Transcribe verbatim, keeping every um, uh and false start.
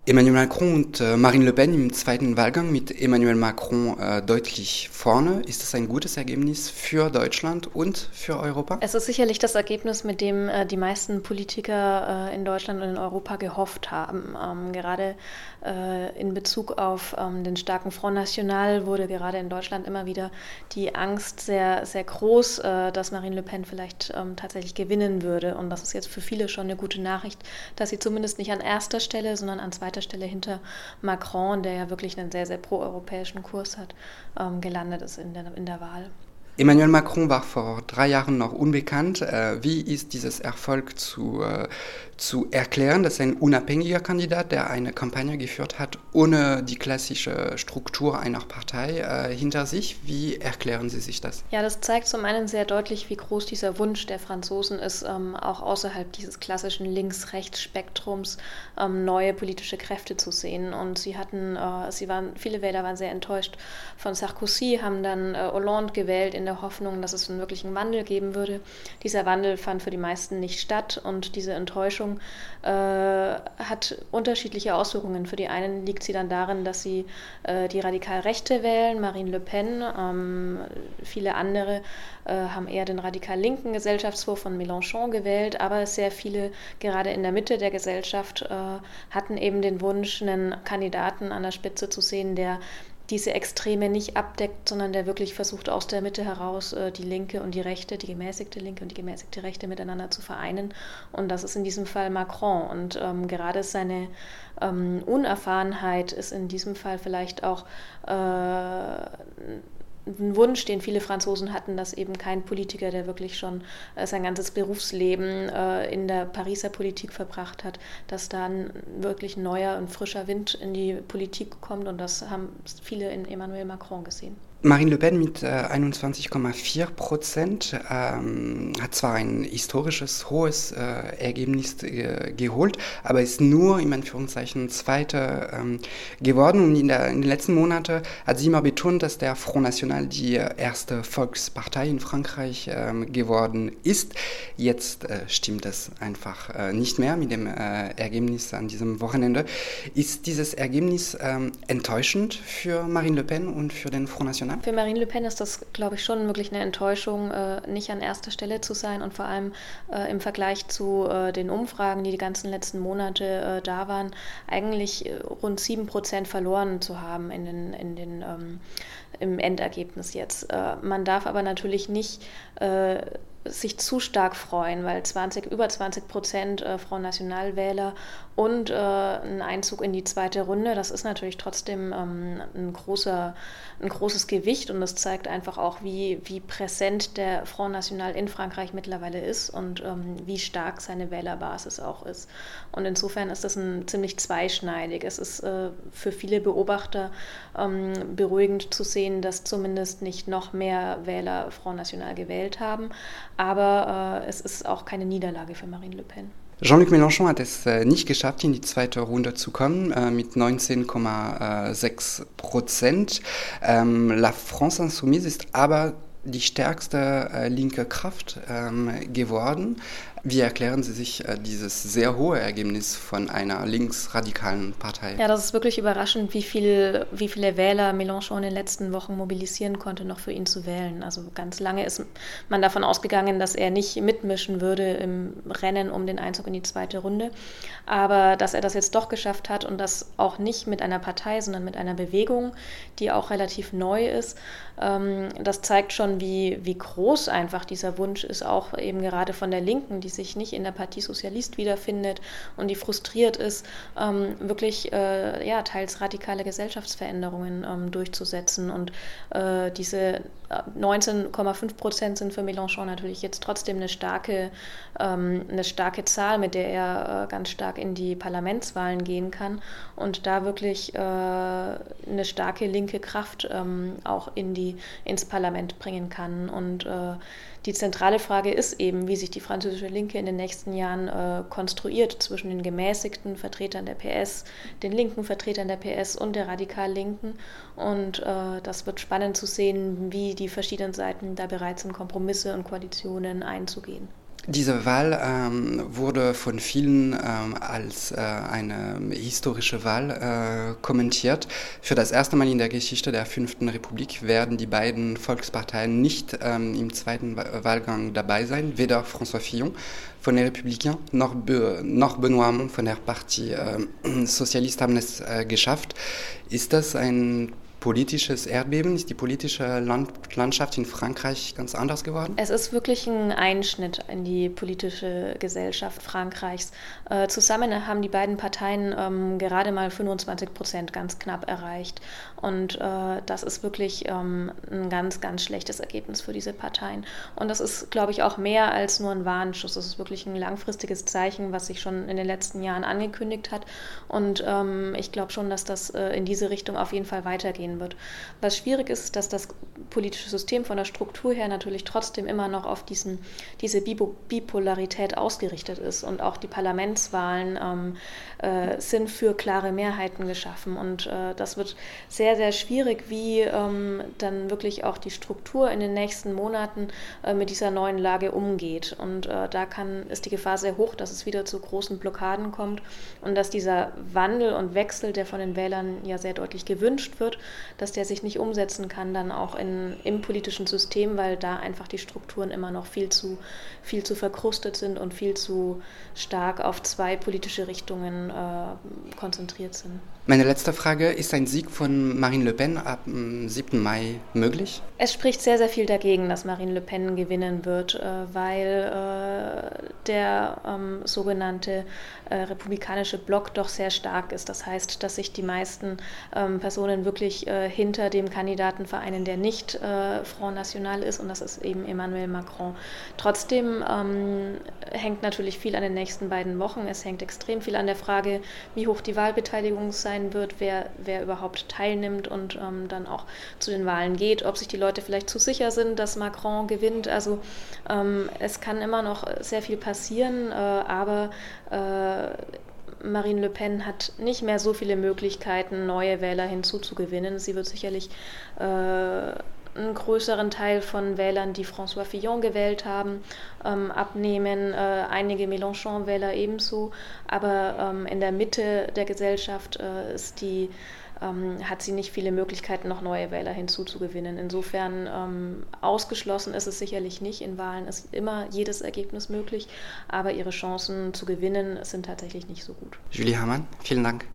Emmanuel Macron und äh, Marine Le Pen im zweiten Wahlgang mit Emmanuel Macron äh, deutlich vorne. Ist das ein gutes Ergebnis für Deutschland und für Europa? Es ist sicherlich das Ergebnis, mit dem äh, die meisten Politiker äh, in Deutschland und in Europa gehofft haben. Ähm, gerade äh, in Bezug auf ähm, den starken Front National wurde gerade in Deutschland immer wieder die Angst sehr, sehr groß, äh, dass Marine Le Pen vielleicht ähm, tatsächlich gewinnen würde. Und das ist jetzt für viele schon eine gute Nachricht, dass sie zumindest nicht an erster Stelle, sondern an zweiter Stelle hinter Macron, der ja wirklich einen sehr, sehr proeuropäischen Kurs hat, ähm, gelandet ist in der, in der Wahl. Emmanuel Macron war vor drei Jahren noch unbekannt. Äh, wie ist dieses Erfolg zu, äh, zu erklären? Das ist ein unabhängiger Kandidat, der eine Kampagne geführt hat, ohne die klassische Struktur einer Partei äh, hinter sich. Wie erklären Sie sich das? Ja, das zeigt zum einen sehr deutlich, wie groß dieser Wunsch der Franzosen ist, ähm, auch außerhalb dieses klassischen Links-Rechts-Spektrums ähm, neue politische Kräfte zu sehen. Und sie hatten, äh, sie waren, viele Wähler waren sehr enttäuscht von Sarkozy, haben dann äh, Hollande gewählt in der Hoffnung, dass es einen wirklichen Wandel geben würde. Dieser Wandel fand für die meisten nicht statt und diese Enttäuschung äh, hat unterschiedliche Auswirkungen. Für die einen liegt sie dann darin, dass sie äh, die radikal Rechte wählen, Marine Le Pen. Ähm, viele andere äh, haben eher den radikal linken Gesellschaftswurf von Mélenchon gewählt, aber sehr viele, gerade in der Mitte der Gesellschaft, äh, hatten eben den Wunsch, einen Kandidaten an der Spitze zu sehen, der diese Extreme nicht abdeckt, sondern der wirklich versucht, aus der Mitte heraus äh, die Linke und die Rechte, die gemäßigte Linke und die gemäßigte Rechte miteinander zu vereinen. Und das ist in diesem Fall Macron. Und ähm, gerade seine ähm, Unerfahrenheit ist in diesem Fall vielleicht auch äh, ein Wunsch, den viele Franzosen hatten, dass eben kein Politiker, der wirklich schon äh, sein ganzes Berufsleben äh, in der Pariser Politik verbracht hat, dass da ein wirklich neuer und frischer Wind in die Politik kommt. Und das haben viele in Emmanuel Macron gesehen. Marine Le Pen mit äh, einundzwanzig Komma vier Prozent ähm, hat zwar ein historisches hohes äh, Ergebnis äh, geholt, aber ist nur im Anführungszeichen Zweite ähm, geworden. Und in, der, in den letzten Monaten hat sie immer betont, dass der Front National die erste Volkspartei in Frankreich ähm, geworden ist. Jetzt äh, stimmt das einfach äh, nicht mehr mit dem äh, Ergebnis an diesem Wochenende. Ist dieses Ergebnis ähm, enttäuschend für Marine Le Pen und für den Front National? Für Marine Le Pen ist das, glaube ich, schon wirklich eine Enttäuschung, äh, nicht an erster Stelle zu sein und vor allem äh, im Vergleich zu äh, den Umfragen, die die ganzen letzten Monate äh, da waren, eigentlich äh, rund sieben Prozent verloren zu haben in den, in den, ähm, im Endergebnis jetzt. Äh, man darf aber natürlich nicht äh, sich zu stark freuen, weil zwanzig, über zwanzig Prozent äh, Front National-Wähler und äh, ein Einzug in die zweite Runde, das ist natürlich trotzdem ähm, ein, großer, ein großes Gewicht und das zeigt einfach auch, wie, wie präsent der Front National in Frankreich mittlerweile ist und ähm, wie stark seine Wählerbasis auch ist. Und insofern ist das ein ziemlich zweischneidig. Es ist äh, für viele Beobachter ähm, beruhigend zu sehen, dass zumindest nicht noch mehr Wähler Front National gewählt haben, aber äh, es ist auch keine Niederlage für Marine Le Pen. Jean-Luc Mélenchon hat es äh, nicht geschafft, in die zweite Runde zu kommen, äh, mit neunzehn Komma sechs Prozent. Ähm, La France Insoumise ist aber die stärkste äh, linke Kraft ähm, geworden. Wie erklären Sie sich äh, dieses sehr hohe Ergebnis von einer linksradikalen Partei? Ja, das ist wirklich überraschend, wie, viel, wie viele Wähler Mélenchon in den letzten Wochen mobilisieren konnte, noch für ihn zu wählen. Also ganz lange ist man davon ausgegangen, dass er nicht mitmischen würde im Rennen um den Einzug in die zweite Runde. Aber dass er das jetzt doch geschafft hat und das auch nicht mit einer Partei, sondern mit einer Bewegung, die auch relativ neu ist, ähm, das zeigt schon, wie, wie groß einfach dieser Wunsch ist, auch eben gerade von der Linken, die sich nicht in der Partie Socialiste wiederfindet und die frustriert ist, ähm, wirklich äh, ja, teils radikale Gesellschaftsveränderungen ähm, durchzusetzen. Und äh, diese neunzehn Komma fünf Prozent sind für Mélenchon natürlich jetzt trotzdem eine starke, ähm, eine starke Zahl, mit der er äh, ganz stark in die Parlamentswahlen gehen kann und da wirklich äh, eine starke linke Kraft ähm, auch in die, ins Parlament bringen kann. Und äh, die zentrale Frage ist eben, wie sich die französische Linke in den nächsten Jahren äh, konstruiert zwischen den gemäßigten Vertretern der P S, den linken Vertretern der P S und der radikal-Linken. Und äh, das wird spannend zu sehen, wie die verschiedenen Seiten da bereit sind, Kompromisse und Koalitionen einzugehen. Diese Wahl ähm, wurde von vielen ähm, als äh, eine historische Wahl äh, kommentiert. Für das erste Mal in der Geschichte der Fünften Republik werden die beiden Volksparteien nicht ähm, im zweiten Wahlgang dabei sein, weder François Fillon von den Républicains noch, Be noch Benoît Hamon von der Partie äh, Socialiste haben es äh, geschafft. Ist das ein politisches Erdbeben? Ist die politische Land Landschaft in Frankreich ganz anders geworden? Es ist wirklich ein Einschnitt in die politische Gesellschaft Frankreichs. Äh, zusammen haben die beiden Parteien ähm, gerade mal fünfundzwanzig Prozent ganz knapp erreicht. Und äh, das ist wirklich ähm, ein ganz, ganz schlechtes Ergebnis für diese Parteien. Und das ist, glaube ich, auch mehr als nur ein Warnschuss. Das ist wirklich ein langfristiges Zeichen, was sich schon in den letzten Jahren angekündigt hat. Und ähm, ich glaube schon, dass das äh, in diese Richtung auf jeden Fall weitergehen wird. Was schwierig ist, ist, dass das politische System von der Struktur her natürlich trotzdem immer noch auf diesen, diese Bipolarität ausgerichtet ist und auch die Parlamentswahlen ähm, äh, sind für klare Mehrheiten geschaffen und äh, das wird sehr, sehr schwierig, wie ähm, dann wirklich auch die Struktur in den nächsten Monaten äh, mit dieser neuen Lage umgeht und äh, da kann, ist die Gefahr sehr hoch, dass es wieder zu großen Blockaden kommt und dass dieser Wandel und Wechsel, der von den Wählern ja sehr deutlich gewünscht wird, dass der sich nicht umsetzen kann, dann auch in, im politischen System, weil da einfach die Strukturen immer noch viel zu, viel zu verkrustet sind und viel zu stark auf zwei politische Richtungen äh, konzentriert sind. Meine letzte Frage, ist ein Sieg von Marine Le Pen ab dem siebten Mai möglich? Es spricht sehr, sehr viel dagegen, dass Marine Le Pen gewinnen wird, weil äh, der ähm, sogenannte äh, republikanische Block doch sehr stark ist. Das heißt, dass sich die meisten ähm, Personen wirklich äh, hinter dem Kandidaten vereinen, der nicht äh, Front National ist, und das ist eben Emmanuel Macron. Trotzdem ähm, hängt natürlich viel an den nächsten beiden Wochen. Es hängt extrem viel an der Frage, wie hoch die Wahlbeteiligung sein wird, wer, wer überhaupt teilnimmt und ähm, dann auch zu den Wahlen geht, ob sich die Leute vielleicht zu sicher sind, dass Macron gewinnt. Also ähm, es kann immer noch sehr viel passieren, äh, aber äh, Marine Le Pen hat nicht mehr so viele Möglichkeiten, neue Wähler hinzuzugewinnen. Sie wird sicherlich äh, einen größeren Teil von Wählern, die François Fillon gewählt haben, ähm, abnehmen, äh, einige Mélenchon-Wähler ebenso, aber ähm, in der Mitte der Gesellschaft äh, ist die, ähm, hat sie nicht viele Möglichkeiten, noch neue Wähler hinzuzugewinnen. Insofern ähm, ausgeschlossen ist es sicherlich nicht. In Wahlen ist immer jedes Ergebnis möglich, aber ihre Chancen zu gewinnen sind tatsächlich nicht so gut. Julie Hamann, vielen Dank.